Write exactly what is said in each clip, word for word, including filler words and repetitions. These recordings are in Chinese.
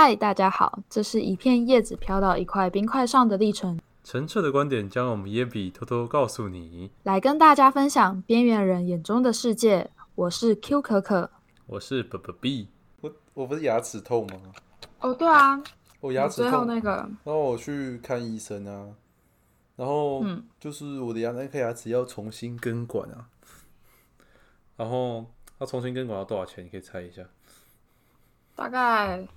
嗨，大家好，这是一片叶子飘到一块冰块上的历程。 澄澈的观点将我们耶比偷偷告诉你， 来跟大家分享边缘人眼中的世界。我是 Q 可可， 我是 B B B。我我不是牙齿痛吗？ 哦，对啊， 我牙齿痛， 最后那个， 然后我去看医生啊，然后嗯， 就是我的牙那颗牙齿要重新根管啊，然后要重新根管要多少钱？你可以猜一下。 大概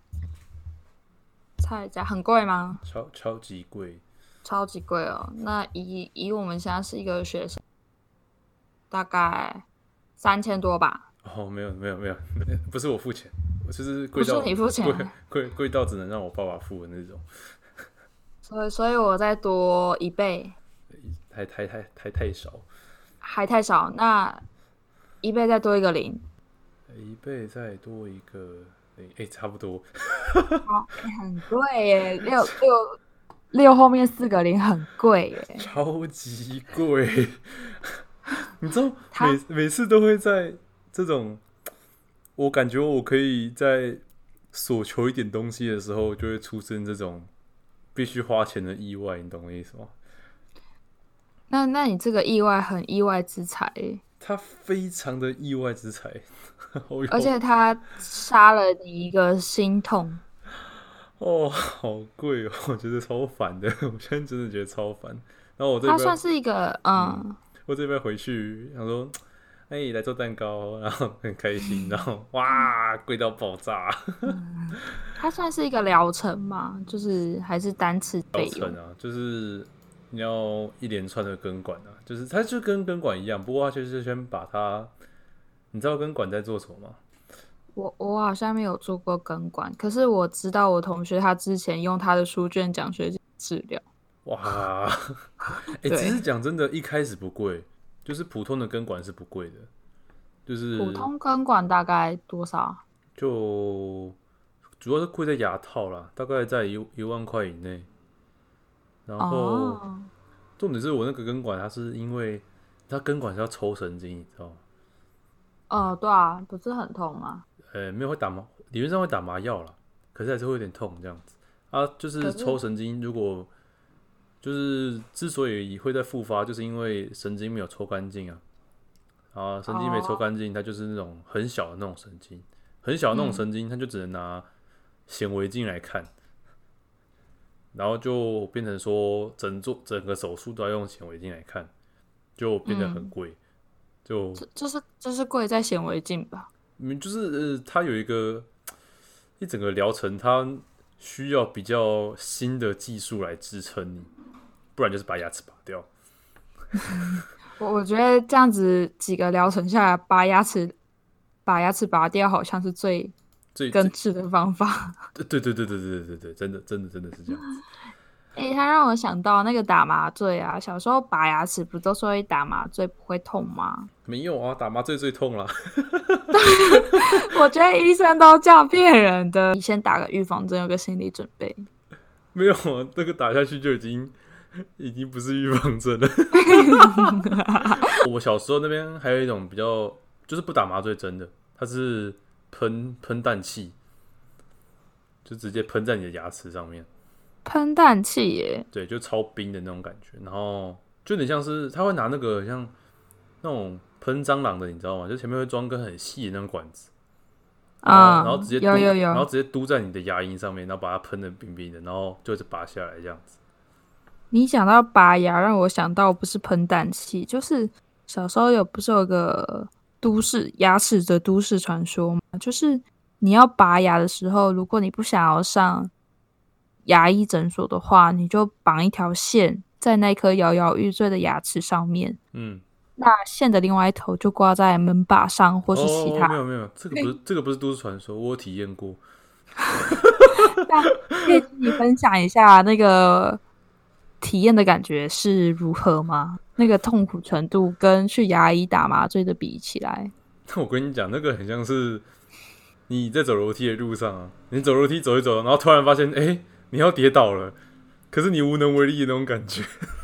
猜一下，很贵吗？ 超超级贵， 超级贵哦。那以以我们现在是一个学生，大概三千多吧。 哦，没有没有没有，不是我付钱，我就是贵不到是你付钱， 贵贵贵到只能让我爸爸付的那种。 所以所以我再多一倍， 还太太太太少， 还太少。那一倍再多一个零， 一倍再多一个，哎、欸欸，差不多。 哦欸、很贵耶，六六六后面四个零很贵耶， 超级贵。你知道每每次都会在这种，我感觉我可以在索求一点东西的时候，就会出现这种必须花钱的意外，你懂我意思吗？ 那那你这个意外很意外之财耶， 他非常的意外之财， 而且他杀了你一个心痛。 哦，好贵哦，我觉得超烦的，我现在真的觉得超烦。然后我这边他算是一个嗯。 嗯我这边回去想说，哎、欸，来做蛋糕，然后很开心，然后哇，贵到爆炸。 嗯，它算是一个疗程嘛，就是还是单次费用疗程啊，就是你要一连串的根管啊，就是它就跟根管一样，不过它就是先把它，你知道根管在做什么吗？ 我我好像没有做过根管，可是我知道我同学他之前用他的书卷奖学金治疗。 哇，哎、欸，其实讲真的，一开始不贵，就是普通的根管是不贵的，就是普通根管大概多少？ 就主要是贵在牙套啦，大概在一一万块以内。然后、哦、重点是我那个根管，它是因为它根管是要抽神经，你知道吗？ 哦，对啊，不是很痛吗？ 呃，没有会打麻，理论上会打麻药啦，可是还是会有点痛这样子啊。就是抽神经，如果就是之所以会再复发，就是因为神经没有抽干净啊。啊，神经没抽干净，它就是那种很小的那种神经，很小的那种神经，它就只能拿显微镜来看，然后就变成说整做整个手术都要用显微镜来看，就变得很贵。嗯、就就是就是贵在显微镜吧。 就是呃，它有一个一整个疗程，它需要比较新的技术来支撑你，不然就是把牙齿拔掉。 我我觉得这样子几个疗程下来，把牙齿把牙齿拔掉，好像是最最根治的方法。 对对对对对对对对，真的真的真的是这样子。 哎、欸，他让我想到那个打麻醉啊，小时候拔牙齿不都说会打麻醉不会痛吗？ 没有啊，打麻醉最痛啦。 我觉得医生都这样骗人的，你先打个预防针，有个心理准备。 没有啊，那个打下去就已经已经不是预防针了。我小时候那边还有一种比较，就是不打麻醉针的，它是喷喷氮气，就直接喷在你的牙齿上面。 喷氮气耶？ 对，就超冰的那种感觉，然后就有点像是他会拿那个像那种喷蟑螂的，你知道吗？就前面会装根很细的那种管子，啊、嗯，然后直接有有有， 然后直接嘟在你的牙龈上面，然后把它喷得冰冰的，然后就是拔下来这样子。 你讲到拔牙，让我想到不是喷氮气，就是小时候有不是有个都市牙齿的都市传说吗？就是你要拔牙的时候，如果你不想要上牙医诊所的话，你就绑一条线在那颗摇摇欲坠的牙齿上面。嗯，那线的另外一头就挂在门把上，或是其他。 哦，没有没有，这个不是这个不是都市传说，我有体验过。 那可以请你分享一下那个体验的感觉是如何吗？那个痛苦程度跟去牙医打麻醉的比起来， 我跟你讲，那个很像是你在走楼梯的路上啊，你走楼梯走一走，然后突然发现，哎、欸，你要跌倒了，可是你无能为力的那种感觉。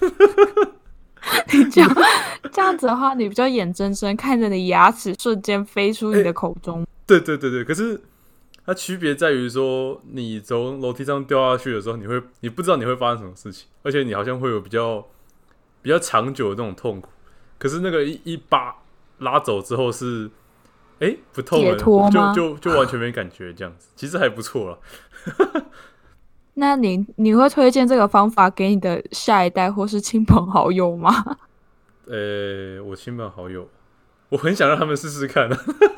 你这样这样子的话，你比较眼睁睁看着你牙齿瞬间飞出你的口中。 欸、对对对对，可是它区别在于说，你从楼梯上掉下去的时候，你会你不知道你会发生什么事情，而且你好像会有比较比较长久的那种痛苦。可是那个一一把拉走之后是，哎、欸，不痛了，就就就完全没感觉，这样子其实还不错了。 那你你会推荐这个方法给你的下一代或是亲朋好友吗？ 呃、欸，我亲朋好友，我很想让他们试试看啊。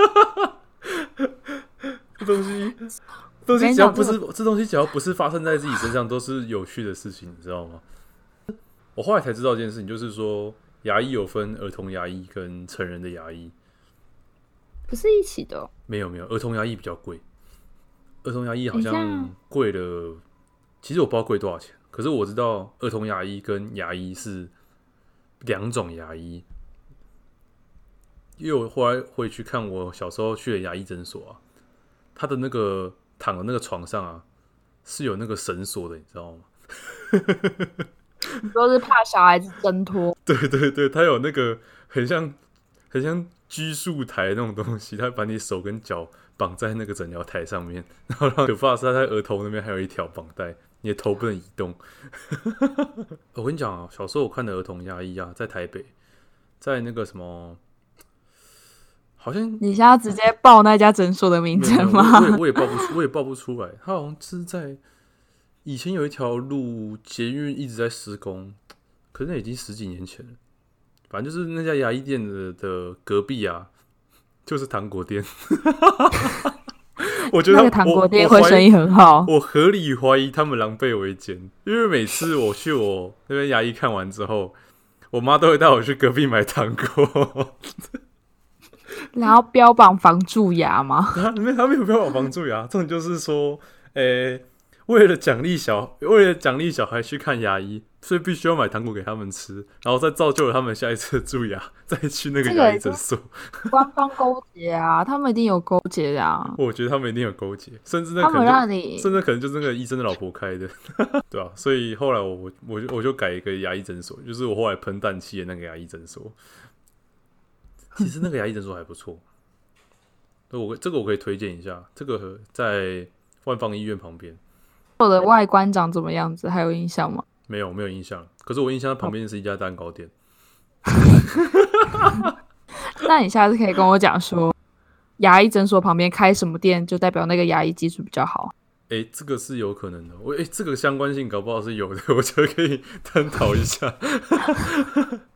这东西，东西只要不是这东西，只要不是发生在自己身上，都是有趣的事情，你知道吗？我后来才知道一件事情，就是说牙医有分儿童牙医跟成人的牙医， 不是一起的、哦。 没有没有，儿童牙医比较贵，儿童牙医好像贵了，其实我不知道贵多少钱，可是我知道儿童牙医跟牙医是两种牙医。因为我后来会去看我小时候去的牙医诊所啊，他的那个躺的那个床上啊，是有那个绳索的，你知道吗？ 你说是怕小孩子挣脱？ 对对对，他有那个很像很像拘束台那种东西，他把你手跟脚绑在那个诊疗台上面，然后可怕的是他在额头那边还有一条绑带，你的头不能移动。我跟你讲啊，小时候我看的儿童牙医啊，在台北，在那个什么。好像你现在直接报那家诊所的名称吗？ 我也我也报不出，我也报不出来。他好像是在以前有一条路捷运一直在施工，可是那已经十几年前了。反正就是那家牙医店 的, 的隔壁啊，就是糖果店。我觉得那个糖果店会生意很好。 我合理怀疑他们狼狈为奸，因为每次我去我那边牙医看完之后，我妈都会带我去隔壁买糖果。 然后标榜防蛀牙吗？ 他没他没有标榜防蛀牙，重点就是说，诶、欸，为了奖励小为了奖励小孩去看牙医，所以必须要买糖果给他们吃，然后再造就了他们下一次的蛀牙，再去那个牙医诊所。 官方勾结啊，他们一定有勾结啊！ 我觉得他们一定有勾结，甚至那可能他们让你， 甚至可能就是那个医生的老婆开的，对啊，所以后来我我就我就改一个牙医诊所，就是我后来喷氮气的那个牙医诊所。其实那个牙医诊所还不错，我这个我可以推荐一下。这个在万芳医院旁边。 我的外观长怎么样子？还有印象吗？ 没有，没有印象。可是我印象旁边是一家蛋糕店。 那你下次可以跟我讲说，牙医诊所旁边开什么店，就代表那个牙医技术比较好。 哎、欸，这个是有可能的。我哎、欸，这个相关性搞不好是有的，我觉得可以探讨一下。